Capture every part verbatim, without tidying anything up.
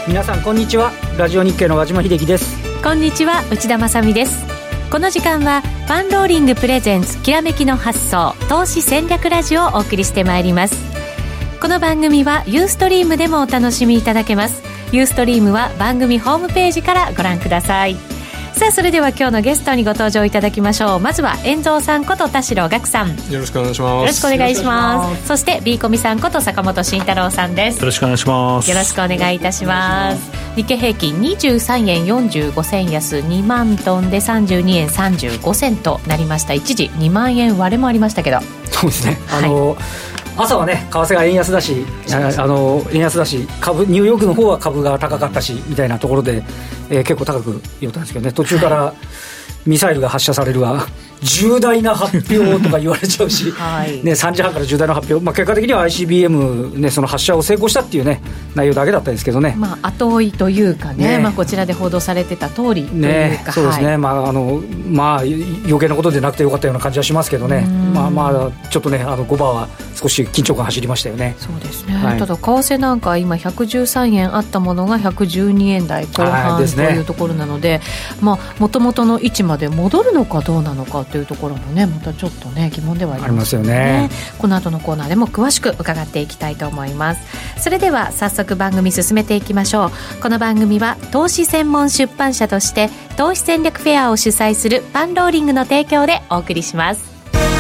皆さんこんにちは。ラジオ日経の和島秀樹です。 こんにちは、内田まさみです。この時間はファンローリングプレゼンツきらめきの発想投資戦略ラジオをお送りしてまいります。この番組はユーストリームでもお楽しみいただけます。ユーストリームは番組ホームページからご覧ください。さあ、それでは今日のゲストにご登場いただきましょう。まずは遠蔵さんこと田代岳さん、 よろしくお願いします。 よろしくお願いします。そして B コミさんこと坂本慎太郎さんです。 よろしくお願いします。 よろしくお願いいたします。日経平均にじゅうさんえんよんじゅうご銭安、にまんトンでさんじゅうにえんさんじゅうご銭となりました。一時にまんえん割れもありましたけど。 そうですね、 はい、 あの朝はね為替が円安だし、あの円安だし株ニューヨークの方は株が高かったしみたいなところで、えー、結構高く寄ったんですけどね、途中からミサイルが発射されるわ重大な発表とか言われちゃうし、はいね、さんじはんから重大な発表、まあ、結果的には アイシービーエム、ね、その発射を成功したっていう、ね、内容だけだったんですけどね、 まあ、後追いというか ね, ね、まあ、こちらで報道されてた通りというか、 ね、そうですね、はい、まああのまあ、余計なことでなくてよかったような感じはしますけどね、まあまあ、ちょっとねあのごばは少し緊張感走りましたよね。 そうですね、 はい、 ただ為替なんか今ひゃくじゅうさんえんあったものがひゃくじゅうにえん台後半というところなので、もともとの位置まで戻るのかどうなのかというところもね、またちょっとね疑問ではありますよね。 ありますよね。 この後のコーナーでも詳しく伺っていきたいと思います。それでは早速番組進めていきましょう。この番組は投資専門出版社として投資戦略フェアを主催するファンローリングの提供でお送りします。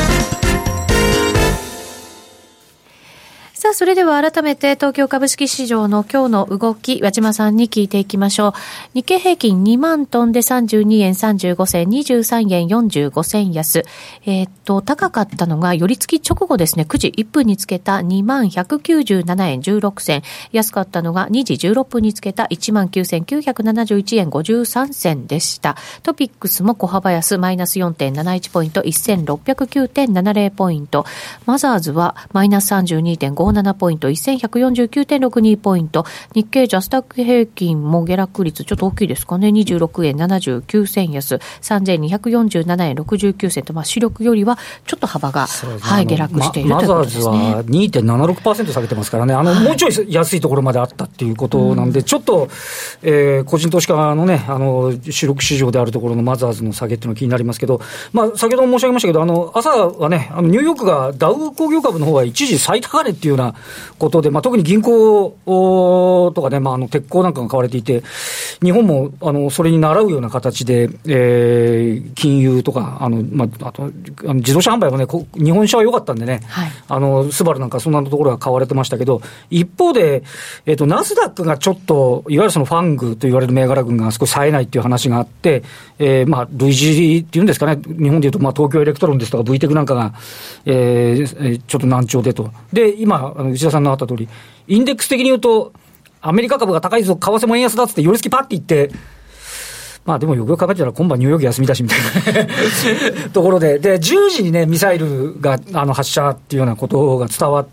さあ、それでは改めて東京株式市場の今日の動き、和島さんに聞いていきましょう。日経平均にまんトンでさんじゅうにえんさんじゅうご銭、にじゅうさんえんよんじゅうご銭安。えー、っと、高かったのが、寄り付き直後ですね、くじいっぷんにつけたにまんひゃくきゅうじゅうななえんじゅうろく銭。安かったのがにじじゅうろっぷんにつけたいちまんきゅうせんきゅうひゃくななじゅういちえんごじゅうさん銭でした。トピックスも小幅安、マイナス よんてんなないち ポイント、せんろっぴゃくきゅうてんななぜろ ポイント。マザーズはマイナス さんじゅうにてんごなな ポイント、せんひゃくよんじゅうきゅうてんろくに ポイント。日経ジャスタック平均も下落率ちょっと大きいですかね。にじゅうろくえんななじゅうきゅう銭安、さんぜんにひゃくよんじゅうななえんろくじゅうきゅう銭と、まあ、主力よりはちょっと幅が、はい、下落しているということですね。 マザーズは にてんななろくパーセント 下げてますからね、あの、はい、もうちょい安いところまであったっていうことなんで、うん、ちょっと、えー、個人投資家のね、あの主力市場であるところのマザーズの下げっていうのが気になりますけど、まあ、先ほども申し上げましたけど、あの朝はね、あのニューヨークがダウ工業株の方は一時最高値っていうようなことで、まあ、特に銀行とかね、まあ、あの鉄鋼なんかが買われていて、日本もあのそれに倣うような形で、えー、金融とか、あの、まあ、あとあの自動車販売もね、日本車は良かったんでね、はい、あのスバルなんかそんなところが買われてましたけど、一方で、えーと、ナスダックがちょっと、いわゆるそのファングと言われる銘柄群が少し冴えないっていう話があって、えー、まあ、類似っていうんですかね、日本でいうと、まあ、東京エレクトロンですとか ブイテク なんかが、えー、ちょっと難聴でと。で、今、あの内田さんのあった通り、インデックス的に言うと、アメリカ株が高いぞ、為替も円安だっつって、寄り付きパッていって、まあでもよくよく考えてたら今晩ニューヨーク休みだしみたいなところで、で、じゅうじにね、ミサイルがあの発射っていうようなことが伝わって、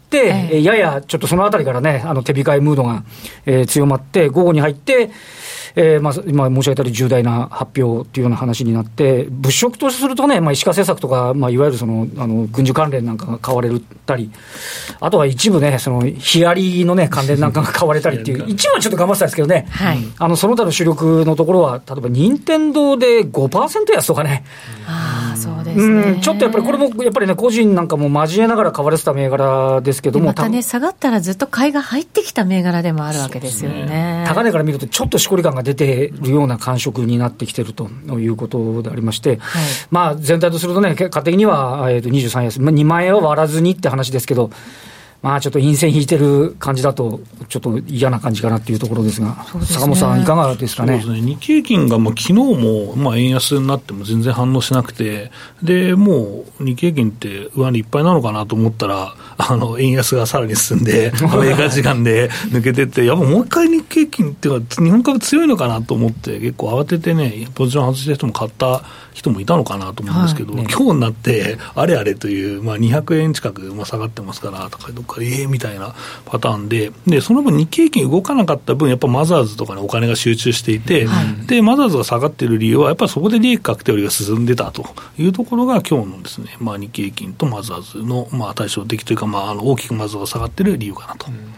えー、ややちょっとそのあたりからね、あの手控えムードが、えー、強まって、午後に入って、えーまあ、今申し上げたように重大な発表というような話になって、物色とするとね、まあ、石川政策とか、まあ、いわゆるそのあの軍需関連なんかが買われたり、あとは一部ね、そのヒアリのね、関連なんかが買われたりっていう、一部はちょっと頑張ってたんですけどね、はい、あのその他の主力のところは、例えば任天堂で ごパーセント 安とかね。 ああ、そうですね、 うん、ちょっとやっぱりこれもやっぱりね、個人なんかも交えながら買われてた銘柄ですけども、 またね、下がったらずっと買いが入ってきた銘柄でもあるわけですよね。 高値から見るとちょっとしこり感が出ているような感触になってきているということでありまして、はい、まあ全体とするとね、家庭的には、えー、とにじゅうさん安、まあ、にまんえんは割らずにって話ですけど、まあ、ちょっと陰線引いてる感じだとちょっと嫌な感じかなっていうところですが、す、ね、坂本さんいかがですかね。 そうですね、日経金がまあ昨日もまあ円安になっても全然反応しなくて、でもう日経金って上値いっぱいなのかなと思ったら、あの円安がさらに進んでアメリカ時間で抜けてって、やっぱもう一回日経金っていうか日本株強いのかなと思って結構慌ててね、ポジション外した人も買った人もいたのかなと思うんですけど、はいね、今日になってあれあれという、まあ、にひゃくえん近くまあ下がってますからとかどっかでええー、みたいなパターンで、でその分日経金動かなかった分やっぱマザーズとかにお金が集中していて、はい、でマザーズが下がっている理由はやっぱりそこで利益確定売りが進んでたというところが今日のですね、まあ、日経金とマザーズの、まあ、対照的というか、まあ、あの大きくマザーズが下がっている理由かなと。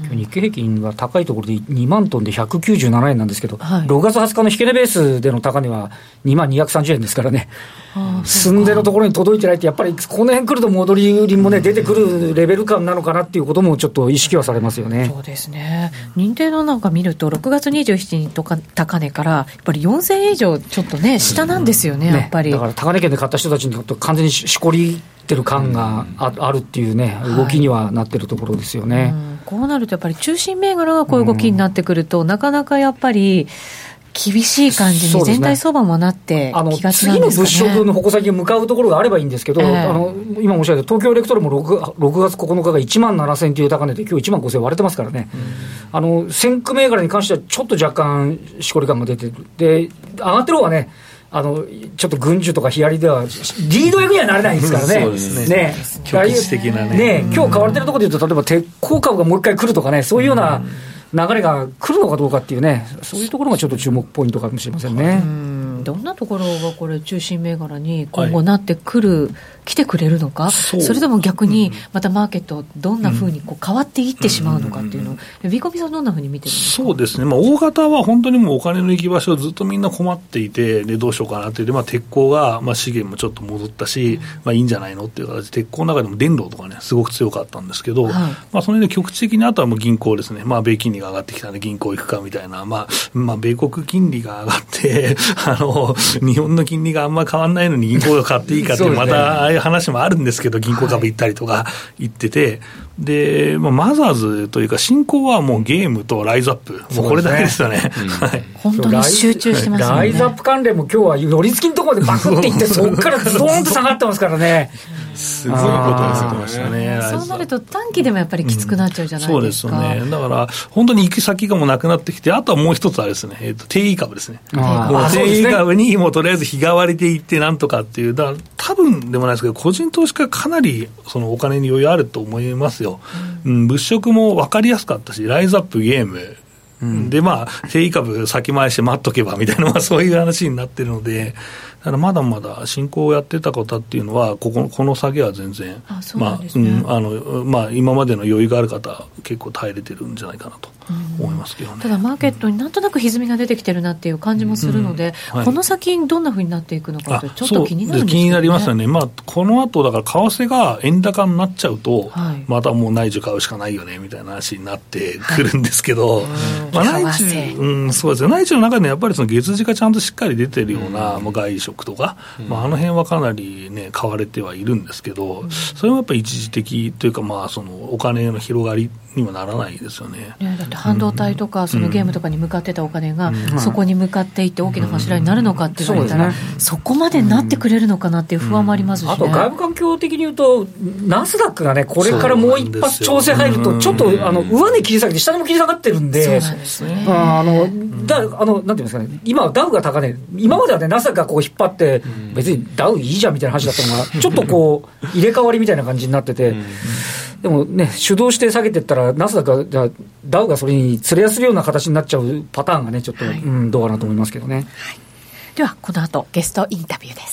今日日経平均は高いところでにまんトンでひゃくきゅうじゅうななえんなんですけど、 はい、 ろくがつはつかの引け値ベースでの高値はにまんにひゃくさんじゅうえんですからね、寸出のところに届いてないって、やっぱりこの辺来ると戻り売りもね出てくるレベル感なのかなっていうこともちょっと意識はされますよね。 そうですね。認定のなんか見るとろくがつにじゅうしちにちとか高値からやっぱりよんせんえん以上ちょっとね下なんですよね、うん、やっぱり、 ね、だから高値圏で買った人たちにとって完全にしこりってる感が あ, あるっていうね動きにはなってるところですよね、はい、うん、 こうなるとやっぱり中心銘柄がこういう動きになってくると、うん、なかなかやっぱり厳しい感じに全体相場もなってきがちなんですかね。 次の物色の矛先に向かうところがあればいいんですけど、えー、あの今申し上げた東京エレクトロも 6, ろくがつここのかがいちまんななせんという高値で今日いちまんごせん割れてますからね、うん、あの先駆銘柄に関してはちょっと若干しこり感が出てる。で上がってる方はね、あのちょっと軍需とかヒアリではリード役にはなれないですからね。 そうですね。 ね、 局地的なね。 ね、今日買われてるところでいうと、例えば鉄鋼株がもう一回来るとかね、そういうような流れが来るのかどうかっていうね、そういうところがちょっと注目ポイントかもしれませんね。 うん、どんなところがこれ中心銘柄に今後なってくる、はい、来てくれるのか、そ, それとも逆にまたマーケットどんなふうにこう変わっていってしまうのかっていうのを、うん、ビーコミさんどんなふうに見てるんですか。 そうですね、まあ、大型は本当にもうお金の行き場所をずっとみんな困っていて、でどうしようかなっていう、まあ、鉄鋼が、まあ、資源もちょっと戻ったし、まあ、いいんじゃないのっていう形で鉄鋼の中でも電動とかねすごく強かったんですけど、はい、まあ、それで局地的にあとはもう銀行ですね、まあ、米金利が上がってきたので銀行行くかみたいな、まあまあ、米国金利が上がってあの日本の金利があんま変わらないのに銀行が買っていいかっていうまたああいう話もあるんですけど、銀行株行ったりとか言ってて、はい、で、まあ、マザーズというか新興はもうゲームとライズアップ、もうこれだけですよね、うんはい、 本当に集中してますよね。 ライズアップ関連も今日は寄り付きのところでバクっていってそこからズドーンと下がってますからねすごいことをされてましたね。 そうなると短期でもやっぱりきつくなっちゃうじゃないですか、うん、そうですよね。だから本当に行く先がもうなくなってきて、あとはもう一つはですね、えーと、定位株ですね。もう定位株にもうとりあえず日替わりで行ってなんとかっていう、だから多分でもないですけど個人投資家かなりそのお金に余裕あると思いますよ、うんうん、物色も分かりやすかったし、ライズアップゲーム、うん、でまあ定位株先回して待っとけばみたいな、まあ、そういう話になってるので、だからまだまだ進行をやってた方っていうのはこここの下げは全然、あ、そうなんですね。まあ、うん、あのまあ、今までの余裕がある方結構耐えれてるんじゃないかなと思いますけどね、うん、 ただマーケットになんとなく歪みが出てきてるなっていう感じもするので、うん、はい、この先どんなふうになっていくのかってちょっと気になるんですけどね。気になりますよね、まあ、この後だから為替が円高になっちゃうと、はい、またもう内需買うしかないよねみたいな話になってくるんですけど、はい、まあ、内需、うん、そうですよ、内需の中でやっぱりその月次がちゃんとしっかり出てるような、うん、まあ、外食とか、うん、まあ、あの辺はかなりね買われてはいるんですけど、うん、それもやっぱり一時的というか、まあ、そのお金の広がりにはならないですよね。 ね、だって半導体とか、うん、そのゲームとかに向かってたお金が、うん、そこに向かっていって大きな柱になるのかって言われたら、うん、 そ, ね、そこまでなってくれるのかなっていう不安もありますし、ね、 あと外部環境的に言うとナスダックがねこれからもう一発調整入るとちょっとあの上値切り下げて下にも切り下がってるんで、 そうなんですね。 あのだあのなんていうんですかね、今ダウが高値、今まではねナスダックがこう引っ張って別にダウいいじゃんみたいな話だったのがちょっとこう入れ替わりみたいな感じになってて、でもね主導して下げていったらナスダックがじゃあダウがそれにつれやするような形になっちゃうパターンがねちょっと、はい、うん、どうかなと思いますけどね、はい、 ではこの後ゲストインタビューです。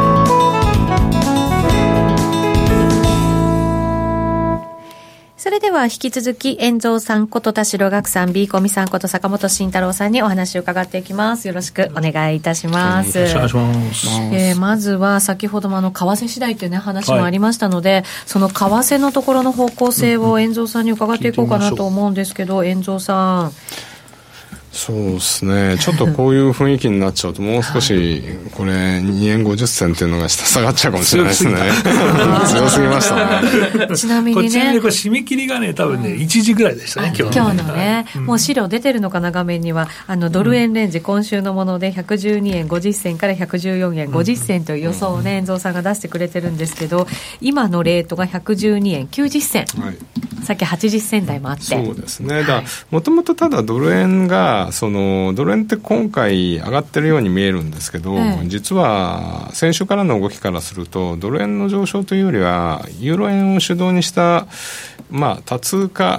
それでは引き続き遠蔵さんこと田代岳さん、ビーコミさんこと坂本慎太郎さんにお話を伺っていきます。よろしくお願いいたします。 よろしくお願いします。 えー、まずは先ほどもあの為替次第というね話もありましたので、はい、その為替のところの方向性を遠蔵さんに伺っていこうかなと思うんですけど、遠蔵さん。 そうですね、ちょっとこういう雰囲気になっちゃうともう少しこれにえんごじゅっせんっていうのが下下がっちゃうかもしれないですね。強すぎましたね。ちなみにね、 ちなみにこれ締め切りがね多分ねいちじぐらいでしたね、今日今日のね、うん、もう資料出てるのかな、画面にはあのドル円レンジ、うん、今週のものでひゃくじゅうにえんごじゅっせんからひゃくじゅうよんえんごじゅっせんという予想をね遠蔵さんが出してくれてるんですけど、今のレートがひゃくじゅうにえんきゅうじゅっせん、はい、さっきはちじゅっせん台もあって、 そうですね、だもともとただドル円がそのドル円って今回上がってるように見えるんですけど、ええ、実は先週からの動きからするとドル円の上昇というよりはユーロ円を主導にした、まあ、多通貨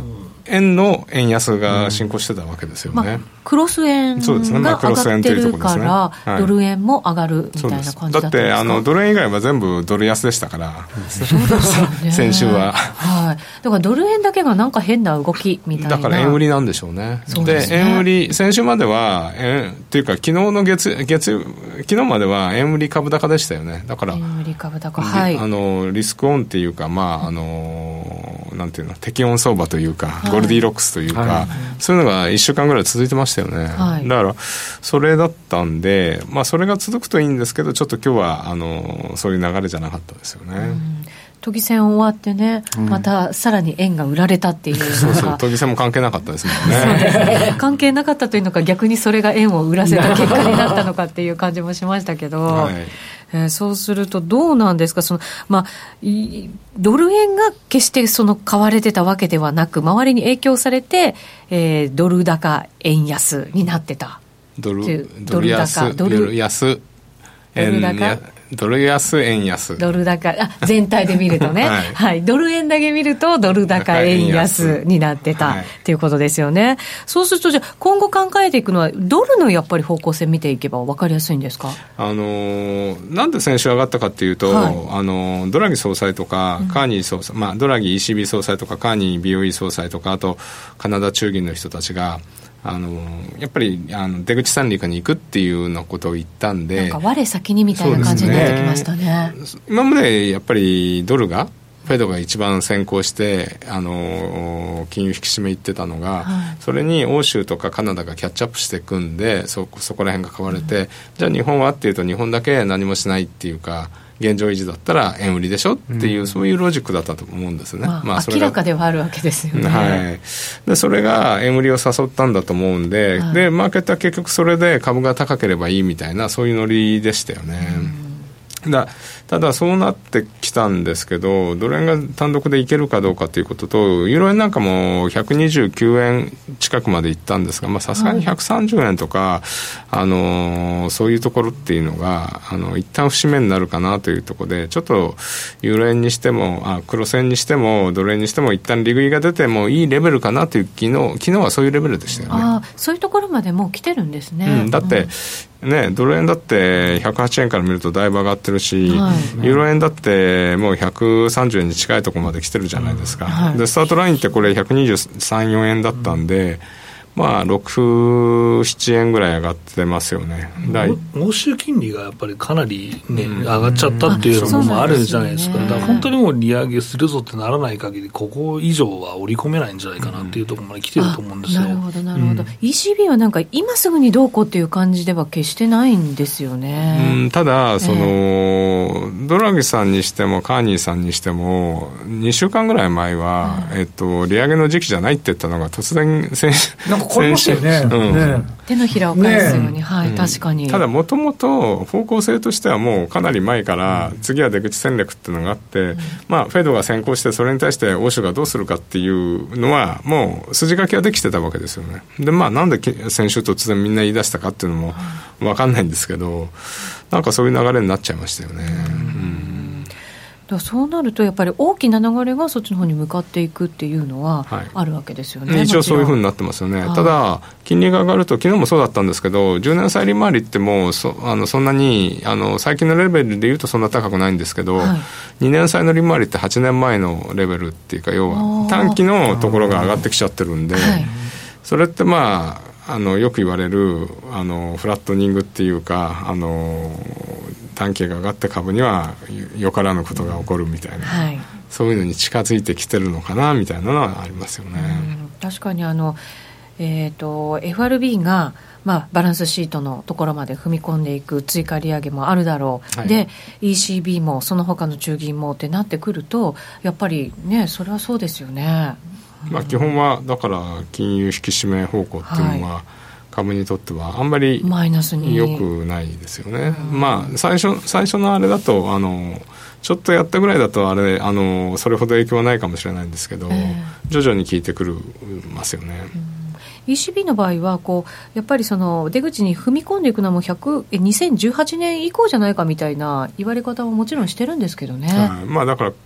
円の円安が進行してたわけですよね、 まあ、クロス円が上がってるから、ね、ドル円も上がるみたいな感じだったんですか。 だってあのドル円以外は全部ドル安でしたからそうですよ、ね、先週は、 はい、だからドル円だけがなんか変な動きみたいな。 だから円売りなんでしょうね。 そうですね。 で円売り先週までは円っていうか昨日の月月昨日までは円売り株高でしたよね。だから円売り株高、はい、 あのリスクオンっていうか、まああのなんていうの適温相場というか、はい、ゴルディロックスというか、はい、そういうのがいっしゅうかんぐらい続いてましたよね、はい、だからそれだったんで、まあ、それが続くといいんですけどちょっと今日はあのそういう流れじゃなかったですよね。うん、 都議選終わってね、うん、またさらに円が売られたっていうのがそうそう都議選も関係なかったですもんね。 そうですね、関係なかったというのか逆にそれが円を売らせた結果になったのかっていう感じもしましたけど、はい、えー、そうするとどうなんですか。その、まあ、ドル円が決してその買われてたわけではなく周りに影響されて、えー、ドル高円安になってた。 ドル、ドル安ドル安円安ドル安円安ドル高あ全体で見るとね、はいはい、ドル円だけ見るとドル高円安になってた、はい、っていうことですよね。そうするとじゃあ今後考えていくのはドルのやっぱり方向性見ていけば分かりやすいんですか。 あのー、なんで先週上がったかっていうと、はい、あのー、ドラギ総裁とか、うん、カーニー総裁、まあ、ドラギ イーシービー 総裁とかカーニー ビーオーイー 総裁とかあとカナダ中銀の人たちがあのやっぱりあの出口三陸に行くっていうようなことを言ったんでなんか我先にみたいな感じになってきました ね, ね今までやっぱりドルがフェドが一番先行してあの金融引き締めいってたのが、はい、それに欧州とかカナダがキャッチアップしていくんで そ, そこら辺が買われて、うん、じゃあ日本はっていうと日本だけ何もしないっていうか現状維持だったら円売りでしょっていう、うん、そういうロジックだったと思うんですね、 まあまあ、それ明らかではあるわけですよね、 はい、でそれが円売りを誘ったんだと思うんで、はい、でマーケットは結局それで株が高ければいいみたいなそういうノリでしたよね、うん、だただそうなってきたんですけどドル円が単独でいけるかどうかということとユーロ円なんかもひゃくにじゅうきゅうえん近くまでいったんですがさすがにひゃくさんじゅうえんとか、あのー、そういうところっていうのがあの一旦節目になるかなというところでちょっとユーロ円にしてもあクロス円にしてもドル円にしても一旦利食いが出てもいいレベルかなという昨日、昨日はそういうレベルでしたよね。 あそういうところまでもう来てるんですね、 うん、だって、うんね、ドル円だってひゃくはちえんから見るとだいぶ上がってるし、はい、ユーロ円だってもうひゃくさんじゅうえんに近いところまで来てるじゃないですか、はい、でスタートラインってこれひゃくにじゅうさん、よえんだったんで、まあろく、ななえんぐらい上がってますよね。 欧州金利がやっぱりかなり、ね、うん、上がっちゃったっていうのもあるじゃないですか。だから本当にもう利上げするぞってならない限りここ以上は織り込めないんじゃないかなっていうところまで来てると思うんですよ。 なるほどなるほど、うん、イーシービー はなんか今すぐにどうこうっていう感じでは決してないんですよね、 うん、ただその、えー、ドラギさんにしてもカーニーさんにしてもにしゅうかんぐらい前は、うんえっと、利上げの時期じゃないって言ったのが突然先なんかこれますよね、うんね、 手のひらを返すように、ねはいうん、確かに。 ただもともと方向性としてはもうかなり前から次は出口戦略っていうのがあって、うんまあ、フェドが先行してそれに対して欧州がどうするかっていうのはもう筋書きはできてたわけですよね。で、まあ、なんで先週突然みんな言い出したかっていうのも分かんないんですけどなんかそういう流れになっちゃいましたよね、うんそうなるとやっぱり大きな流れがそっちの方に向かっていくっていうのはあるわけですよね、 はい、一応そういうふうになってますよね。ただ金利が上がると昨日もそうだったんですけどじゅうねん債利回りってもう そ, あのそんなにあの最近のレベルでいうとそんな高くないんですけど、はい、にねん債の利回りってはちねんまえのレベルっていうか要は短期のところが上がってきちゃってるんで、はい、それってまああのよく言われるあのフラットニングっていうかあの短期が上がって株にはよからぬことが起こるみたいな、はい、そういうのに近づいてきてるのかなみたいなのはありますよね。 うん確かにあの、えーと、エフアールビー が、まあ、バランスシートのところまで踏み込んでいく追加利上げもあるだろう、はい、で イーシービー もその他の中銀もってなってくるとやっぱりねそれはそうですよね。 まあ、基本はだから金融引き締め方向っていうのは、はい株にとってはあんまりマイナスに良くないですよね、うん、まあ最初最初のあれだとあのちょっとやったぐらいだとあれあのそれほど影響はないかもしれないんですけど、えー、徐々に効いてくるますよね、 うん、イーシービー の場合はこうやっぱりその出口に踏み込んでいくのはもうひゃくえにせんじゅうはちねん以降じゃないかみたいな言われ方ももちろんしてるんですけどね、 はいまあ、だから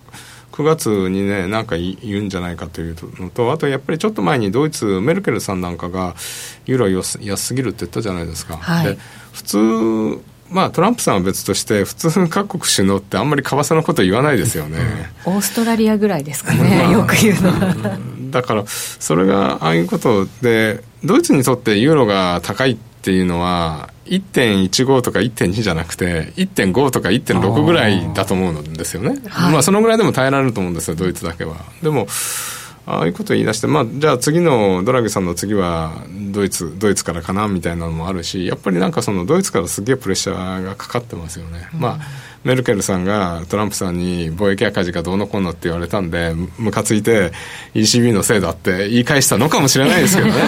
くがつにねなんか言うんじゃないかというのと、あとやっぱりちょっと前にドイツメルケルさんなんかがユーロ安すぎるって言ったじゃないですか、 はい、 で普通まあ、トランプさんは別として普通各国首脳ってあんまり為替のこと言わないですよね、 うん、オーストラリアぐらいですかね、まあ、よく言うのはだからそれがああいうことでドイツにとってユーロが高いっていうのは いってんいちご とか いってんに じゃなくて いってんご とか いってんろく ぐらいだと思うんですよね、はい、まあ、そのぐらいでも耐えられると思うんですよドイツだけは。でもああいうことを言い出して、まあ、じゃあ次のドラギさんの次はドイツドイツからかなみたいなのもあるし、やっぱりなんかそのドイツからすげえプレッシャーがかかってますよね、うん、まあメルケルさんがトランプさんに貿易赤字がどうのこうのって言われたんでムカついて イーシービー のせいだって言い返したのかもしれないですけどね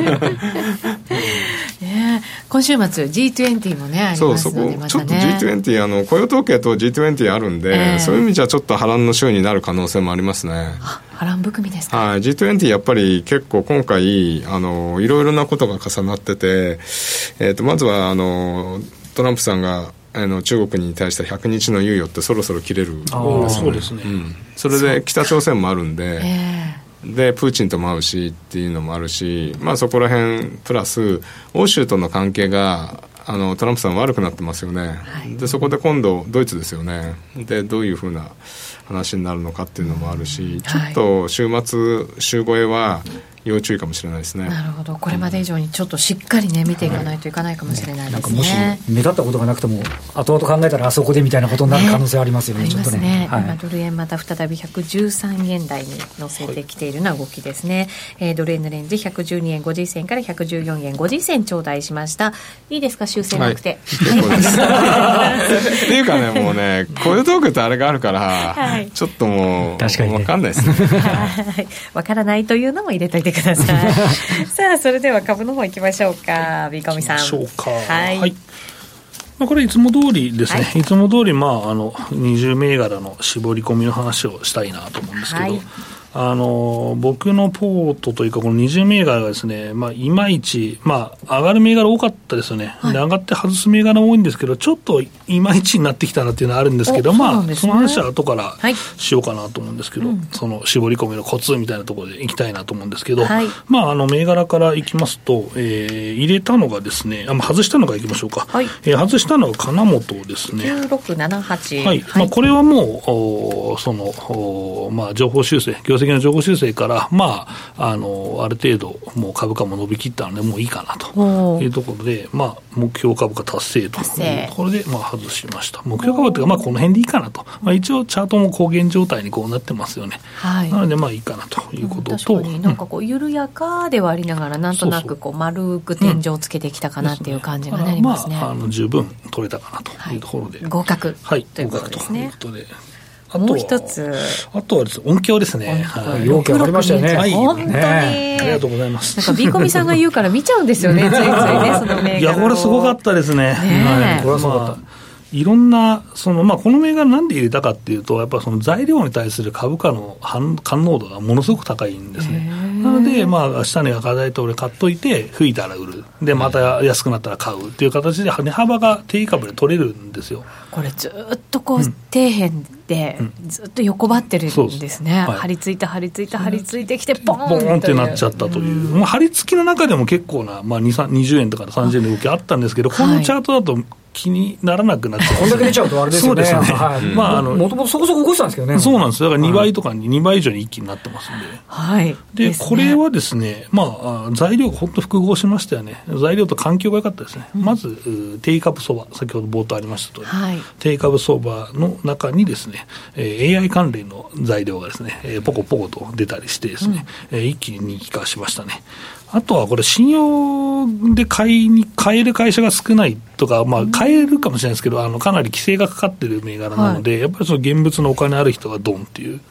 ね、今週末 ジートゥエンティー もねありますので、またね、 そうそこちょっと ジートゥエンティー あの雇用統計と ジートゥエンティー あるんで、えー、そういう意味じゃちょっと波乱の週になる可能性もありますね。 あ、波乱含みですか。 はい、ジートゥエンティー やっぱり結構今回あのいろいろなことが重なってて、えー、とまずはあのトランプさんがあの中国に対してひゃくにちの猶予ってそろそろ切れるんですよね。 そうですね、 うん、それで北朝鮮もあるんで、 えーでプーチンとも会うしっていうのもあるし、まあ、そこら辺プラス欧州との関係があのトランプさん悪くなってますよね、はい、でそこで今度ドイツですよね。でどういうふうな話になるのかっていうのもあるし、うん、ちょっと週末週越えは要注意かもしれないですね。 なるほど、これまで以上にちょっとしっかりね見ていかないといかないかもしれないですね、はい、なんかもし目立ったことがなくても後々考えたらあそこでみたいなことになる可能性ありますよね。 ね、ありますね、 ちょっとね、はい、 今ドル円また再びひゃくじゅうさんえん台に乗せてきているような動きですね、はい、えー、ドル円のレンジひゃくじゅうにえんごじゅっせんからひゃくじゅうよんえんごじゅっせん頂戴しました。いいですか、修正なくて、 はい、っていうかねもうね雇用統計ってあれがあるから、はい、ちょっともう確かに、ね、分かんないですねはい、分からないというのも入れといてくださいさあそれでは株の方行きましょうか。ビーコミさん、 行きましょうか。 はい、 はい、まあ、これいつも通りですね、はい、いつも通り、まあ、あのにじゅう銘柄の絞り込みの話をしたいなと思うんですけど、はい、あの僕のポートというかこのにじゅう銘柄がですね、まあ、いまいち、まあ、上がる銘柄多かったですよね、はい、で上がって外す銘柄多いんですけどちょっといまいちになってきたなっていうのはあるんですけど、まあ、そ, ね、その話は後からしようかなと思うんですけど、はい、その絞り込みのコツみたいなところでいきたいなと思うんですけど、はい、まあ、あの銘柄からいきますと、えー、入れたのがですね、あ、まあ、外したのがいきましょうか、はい、えー、外したのは金本ですね。 きゅうろくななはち、 はい、まあ、これはもうその、まあ、情報修正業績の情報修正から、まあ、あのある程度もう株価も伸びきったのでもういいかなというところで、まあ、目標株価達成というところで、まあ、外しました。目標株価というか、まあ、この辺でいいかなと、まあ、一応チャートも高原状態にこうなってますよね、はい、なのでまあいいかなということと、 確かになんかこう緩やかではありながらなんとなくこう丸く天井をつけてきたかなっていう感じがありますね。 まあ、あの十分取れたかなというところで、 はい、合格、 はい、 ということですね。 合格ということで、あともう一つ、 あとはですね、音響ですね。 はい、音響ありましたよね。 はい、本当に、 ね、ありがとうございます。 なんかビーコミさんが言うから見ちゃうんですよね。ついついね、その銘柄を。 いや、これすごかったですね。ね、はい、これはすごかった。まあ、いろんなその、まあ、この銘柄なんで入れたかっていうとやっぱその材料に対する株価の反応度がものすごく高いんですね。なので、まあ、下値が課題と俺買っといて吹いたら売るでまた安くなったら買うっていう形で値幅が定位株で取れるんですよ。 これずっとこう、うん、底辺でずっと横ばってるんですね、うん、はい、張り付いて張り付いて張り付いてきてボーンボーンってなっちゃったという、うん、張り付きの中でも結構な、まあ、にじゅうえんとかさんじゅうえんの動きあったんですけど、このチャートだと気にならなくなっちゃう、 こんだけ出ちゃうとあれですよね。 そうですね、はい、まあ、あのもともとそこそこ動いてたんですけどね。 そうなんです。だからにばいとかににばい以上に一気になってますんで、 はい、 で、ね、これはですね、まあ、材料が本当複合しましたよね。材料と環境が良かったですね、うん、まず定位株相場、先ほど冒頭ありましたとおり、はい、定位株相場の中にですね、えー、エーアイ 関連の材料がですね、えー、ポコポコと出たりしてですね、うん、えー、一気に人気化しましたね。あとはこれ信用で買いに買える会社が少ないとか、まあ、買えるかもしれないですけど、あのかなり規制がかかっている銘柄なので、はい、やっぱりその現物のお金ある人がドンっていう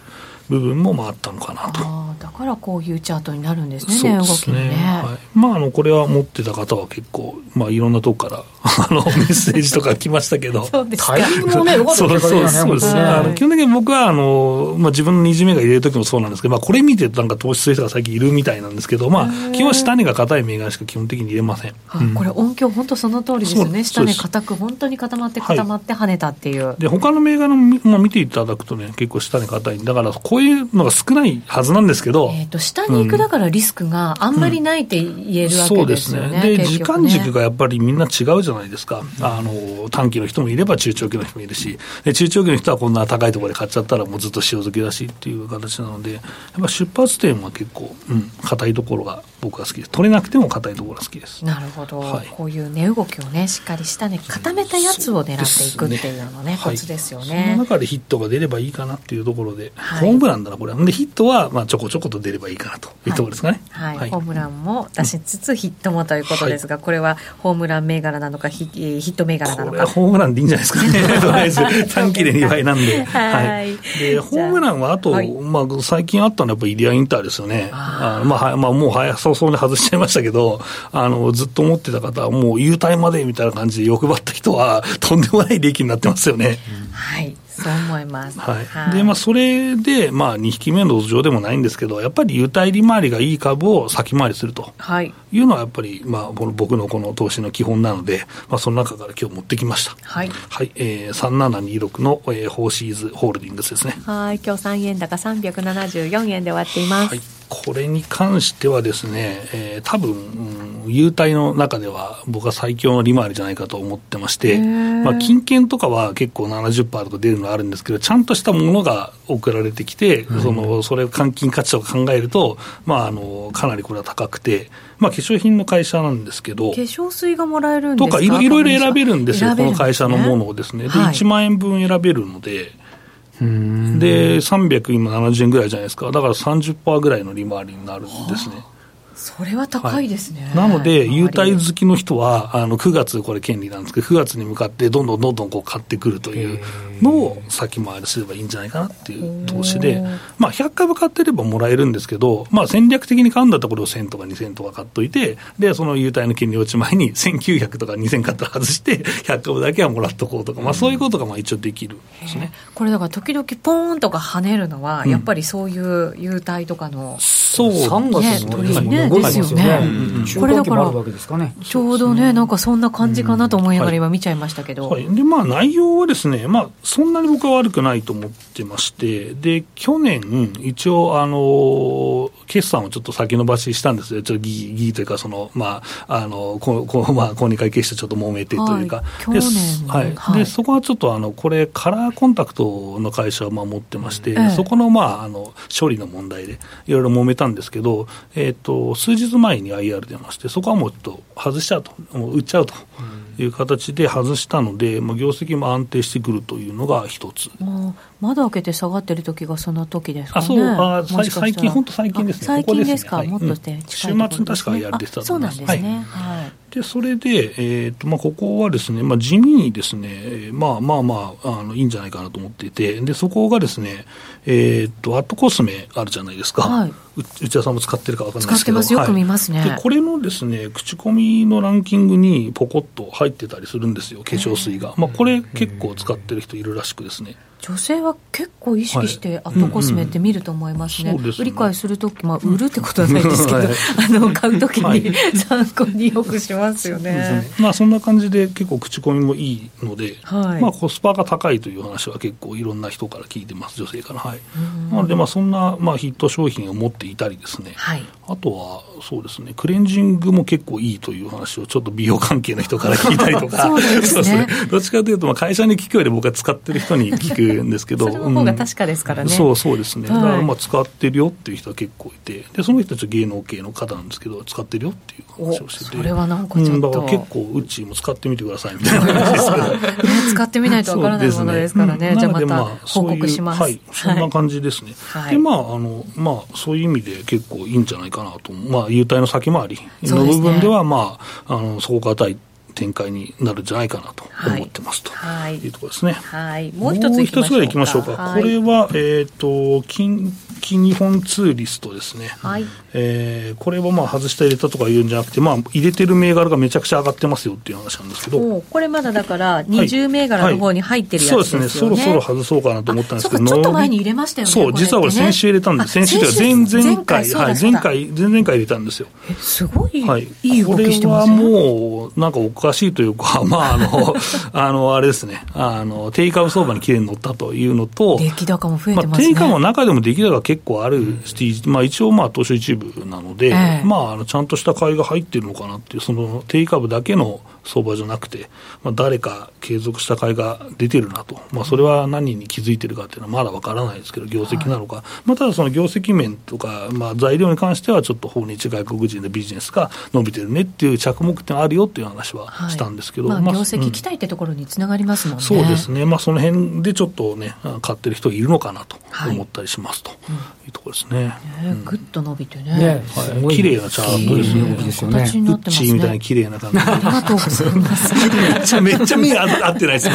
部分もまああったのかなと。 あだからこういうチャートになるんですね、 そうですね、 値動きにね、 はい、まあ、あのこれは持ってた方は結構、まあ、いろんなとこからあのメッセージとか来ましたけどそうですか、 タイミングもね良かったですね。 そうですね、あの基本的に僕はあの、まあ、自分のにじめが入れるときもそうなんですけど、まあ、これ見てなんか投資する人が最近いるみたいなんですけど、まあ、基本下値が硬い銘柄しか基本的に入れません、 うん、これ音響本当その通りですよね。下値硬く本当に固まって固まって跳ねたっていう、はい、 で他の銘柄も見ていただくとね結構下値硬い、だからこういうのが少ないはずなんですけど、 えー、と下に行くだからリスクがあんまりないって言えるわけですよね、うん、 そうですね。で、時間軸がやっぱりみんな違うじゃないですか、うん、あの短期の人もいれば中長期の人もいるし、で中長期の人はこんな高いところで買っちゃったらもうずっと塩漬けだしっていう形なので、やっぱ出発点は結構硬、うん、いところが僕は好きです。取れなくても硬いところが好きです。 なるほど、 はい、 こういう値動きをねしっかり下値固めたやつを狙っていくっていうのね、コツですよね。 はい、その中でヒットが出ればいいかなっていうところで、はい、ホームランだなこれはでヒットはまあちょこちょこと出ればいいかなというところですかね。 はいはいはい、ホームランも出しつつヒットもということですが、はい、これはホームラン銘柄なのか ヒ, ヒット銘柄なのか。 これはホームランでいいんじゃないですかねとりあえず短期でにばいなんで、はいはい、でホームランはあと、はいまあ、最近あったのはやっぱりイデアインターですよね。ああ、まあまあ、もう早早々に外しちゃいましたけど、あのずっと思ってた方はもう優待までみたいな感じで欲張った人はとんでもない利益になってますよね。 うん、はいそう思います、 はいはいでまあ、それで、まあ、にひきめの土壌でもないんですけど、やっぱり優待利回りがいい株を先回りするというのはやっぱり、まあ、この僕のこの投資の基本なので、まあ、その中から今日持ってきました。 はいはいえー、さんななにろくの、えー、フォーシーズホールディングスですね。 はい今日さんえん高さんびゃくななじゅうよんえんで終わっています。 はいこれに関してはですね、えー、多分、うん、優待の中では僕は最強の利回りじゃないかと思ってまして、まあ、金券とかは結構 ななじゅっパーセント とか出るのがあるんですけど、ちゃんとしたものが送られてきて、うん、そのそれを換金価値とか考えると、まあ、あのかなりこれは高くて、まあ、化粧品の会社なんですけど、 化粧水がもらえるんですかとかいろいろ選べるんですよ、この会社のものをですね。で、はい、いちまんえんぶん選べるので、うんでさんびゃくななじゅうえんぐらいじゃないですか。だから さんじゅっパーセント ぐらいの利回りになるんですね。 それは高いですね。 はい、なので優待好きの人はあのくがつこれ権利なんですけど、くがつに向かってどんどんどんどんこう買ってくるというのを先回りすればいいんじゃないかなっていう投資で、まあ、ひゃっかぶ買ってればもらえるんですけど、まあ、戦略的に買うんだったらこれをせんとかにせんとか買っといて、でその優待の権利落ち前にせんきゅうひゃくとかにせん買ったら外してひゃっかぶだけはもらっとこうとか、まあ、そういうことがまあ一応できるんですね。 これだから時々ポーンとか跳ねるのは、うん、やっぱりそういう優待とかのそうさんがつの取りねですよね。これだからちょうどね、なんかそんな感じかなと思いながら今見ちゃいましたけど、 はいはい、でまあ、内容はですね、まあ、そんなに僕は悪くないと思ってまして、で去年一応あの決算をちょっと先延ばししたんですよ。ちょっとギギというかその、まあ、あのここ、まあ、公認会計士とちょっと揉めてというか、 はい、去年はいはい、でそこはちょっとあのこれカラーコンタクトの会社をまあ持ってまして、 ええ、 そこの、まあ、あの処理の問題でいろいろ揉めたんですけど、えー、と数日前に アイアール 出まして、そこはもうちょっと外しちゃうと、もう売っちゃうという形で外したので、まあ、業績も安定してくるというのが一つ。 窓開けて下がってる時がその時ですかね。 あそうあ最近本当最近ですね。 最近ですか。 ここですね、 もっとして近いところですね、週末に確か アイアール 出てたと思います。 そうなんですね、はいはい、 でそれで、えーとまあ、ここはですね、まあ、地味にですね、まあまあまあ、あのいいんじゃないかなと思っていて、でそこがですね、えーとアットコスメあるじゃないですか、はい、内田さんも使ってるか分からないですけど、 使ってます、よく見ますね、 はい、でこれのですね口コミのランキングにポコッと入ってたりするんですよ、化粧水が、まあ、これ結構使ってる人いるらしくですね、 女性は結構意識してアットコスメって見ると思いますね、はいうんうん、すね売り買いするとき、まあ、売るってことはないですけど、はい、あの買うときに参考によくしますよね、はいねまあ、そんな感じで結構口コミもいいので、 はいまあ、コスパが高いという話は結構いろんな人から聞いてます、女性から、はい、なのでまあそんなまあヒット商品を持っていたりですね、 はい、 あとはそうですねクレンジングも結構いいという話をちょっと美容関係の人から聞いたりとかそうですね、 そうですね、どっちかというとまあ会社に聞くより僕は使ってる人に聞くんですけどそれの方が確かですからね、 うん、そうそうですね、 はい、 だからまあ使ってるよっていう人は結構いて、でその人たちは芸能系の方なんですけど使ってるよっていう話をしてて、 それはなんかちょっと、うん、 だから結構うちも使ってみてくださいみたいな話ですけど、ね、 使ってみないとわからないものですからね、うん、じゃあまた報告します、 はい、そんな感じですね、 はい、 でまああのまあそういう意味で結構いいんじゃないかなと、まあ優待の先回りの部分では、まあ、あの底堅い展開になるんじゃないかなと思ってます、はい、というところですね。 はい、もう一ついきましょうか。もう一つぐらいいきましょうか。 はい、これは、えーと、近畿日本ツーリストですね、はい、えー、これはまあ外した入れたとか言うんじゃなくて、まあ、入れてる銘柄がめちゃくちゃ上がってますよっていう話なんですけど、 これまだだからにじゅう銘柄の方に入ってるやつですよね、はいはい、そうですね、 そろそろ外そうかなと思ったんですけど、 ちょっと前に入れましたよね。 そう、実はこれ先週入れたんです。先週というか前々回、はい、前回前々回入れたんですよ。 え、すごい、 はい、 いい動きしてますね。これはもうなんかおかしいというか、まああのあのあれですね、あの定価相場にきれいに乗ったというのと、 出来高も増えてますね。 まあ、定価の中でも出来高が結構ある、うん、まあ、一応まあ東証一部なので、えー、まあ、あのちゃんとした買いが入っているのかなっていう、その定価株だけの相場じゃなくて、まあ、誰か継続した買いが出てるなと、まあ、それは何に気づいてるかっていうのはまだわからないですけど、業績なのか、はい、まあ、ただその業績面とか、まあ、材料に関してはちょっと訪日外国人のビジネスが伸びてるねっていう着目点あるよっていう話はしたんですけど、 はい、まあ、業績期待ってところにつながりますもんね、 うん、そうですね、まあ、その辺でちょっとね買ってる人がいるのかなと思ったりしますというところですね。 ぐっと伸びてね、 ね、はい、綺麗なチャートですよね。 形になってますね。 ウッチーみたいに綺麗な感じ。 ありがとうございます。 めっちゃめっちゃ目合ってないですよ。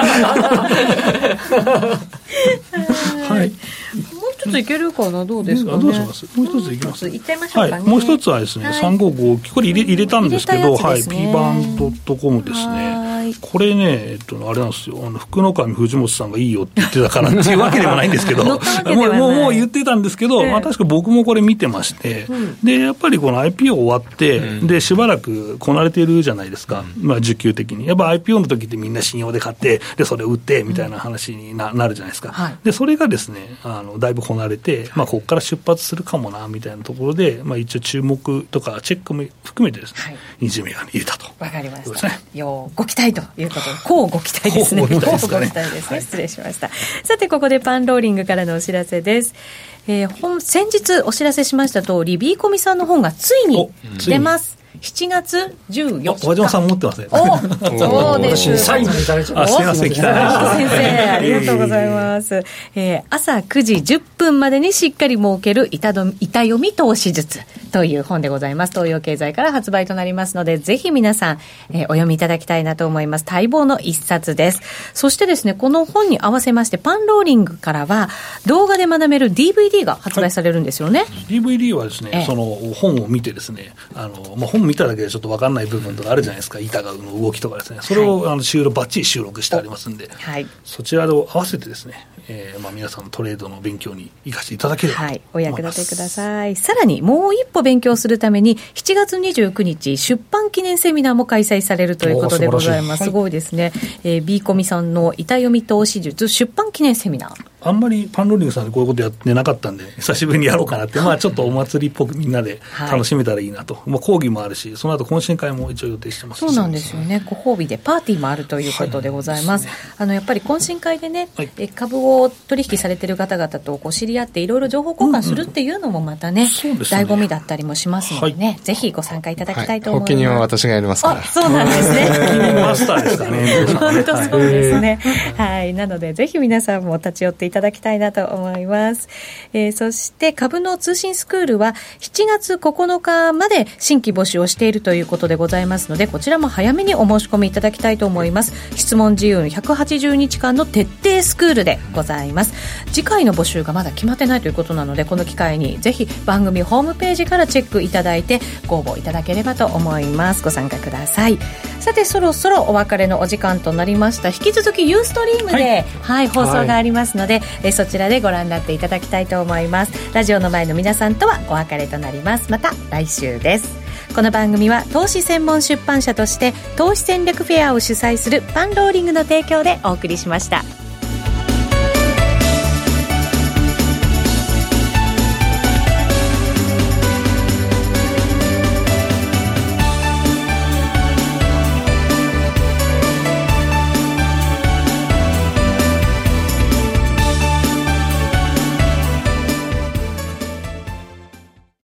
はい。 もう一ついけるかな、どうですかね。 どうします。もう一ついきます。 いっちゃいましょうかね。 はい。もう一つはですね、さんごごこれ入れ入れたんですけど、はい。ピーバンドットコムですね。これね、えっとあれなんですよ。あの福の神藤本さんがいいよって言ってたからっていうわけでもないんですけど、もうもうもう言ってたんですけど、まあ確か僕もこれ見てまして、でやっぱりこの アイピーオー 終わってでしばらくこなれてるじゃないですか。まあ需給的にやっぱ アイピーオー の時ってみんな信用で買ってでそれを売ってみたいな話に な, なるじゃないですか。はい、でそれがですねあのだいぶこなれて、まあここから出発するかもなみたいなところで、まあ一応注目とかチェックも含めてですね、はい、にじゅう銘柄に入れたと。 わかりました。ね、よご期待ということで、こうご期待ですね。こうご期待ですね。ご期待ですね。失礼しました。さてここでパンローリングからのお知らせです。えー、本先日お知らせしました通り B コミさんの本がついに出ます。しちがつじゅうよっか。 和島さん持ってますね。 お、そうです。 サインもいただいちゃいます。 すみません、来た先生、ありがとうございます。えー、朝くじじゅっぷんまでにしっかり設ける板ど板読み投資術という本でございます。東洋経済から発売となりますので、ぜひ皆さん、えー、お読みいただきたいなと思います。待望の一冊です。そしてですね、この本に合わせましてパンローリングからは動画で学べる ディーブイディー が発売されるんですよね。はい、 ディーブイディー はですね、えー、その本を見てですね、あのまあ、本見ただけでちょっと分かんない部分とかあるじゃないですか。板の動きとかですね、それを、はい、あの収録バッチリ収録してありますんで、はい、そちらと合わせてですね、えーまあ、皆さんのトレードの勉強に生かしていただければと思います。はい、お役立てください。さらにもう一歩勉強するためにしちがつにじゅうくにち出版記念セミナーも開催されるということでございます。すごいですね。えー、B コミさんの板読み投資術出版記念セミナー、 あんまりパンローリングさんでこういうことやってなかったんで久しぶりにやろうかなって、まあ、ちょっとお祭りっぽくみんなで楽しめたらいいなと、はい、まあ、講義もあるしその後懇親会も一応予定してます。 そうなんですよね。ご褒美でパーティーもあるということでございます。はい、あのやっぱり懇親会でね、はい、え株を取引されている方々とこう知り合っていろいろ情報交換するっていうのもまた ね,、うんうん、ね醍醐味だったりもしますのでね、はい、ぜひご参加いただきたいと思います。 はい、発起人は私がやりますから。 そうなんですね。 マスターですかね。 本当そうですね。はい、はい、なのでぜひ皆さんも立ち寄っていただきたいなと思います。えー、そして株の通信スクールはしちがつここのかまで新規募集をしているということでございますので、こちらも早めにお申し込みいただきたいと思います。質問自由のひゃくはちじゅうにちかんの徹底スクールでございます。次回の募集がまだ決まってないということなので、この機会にぜひ番組ホームページからチェックいただいてご応募いただければと思います。ご参加ください。さてそろそろお別れのお時間となりました。引き続きユーストリームで、はいはい、放送がありますので、はい、えそちらでご覧になっていただきたいと思います。ラジオの前の皆さんとはお別れとなります。また来週です。この番組は投資専門出版社として投資戦略フェアを主催するパンローリングの提供でお送りしました。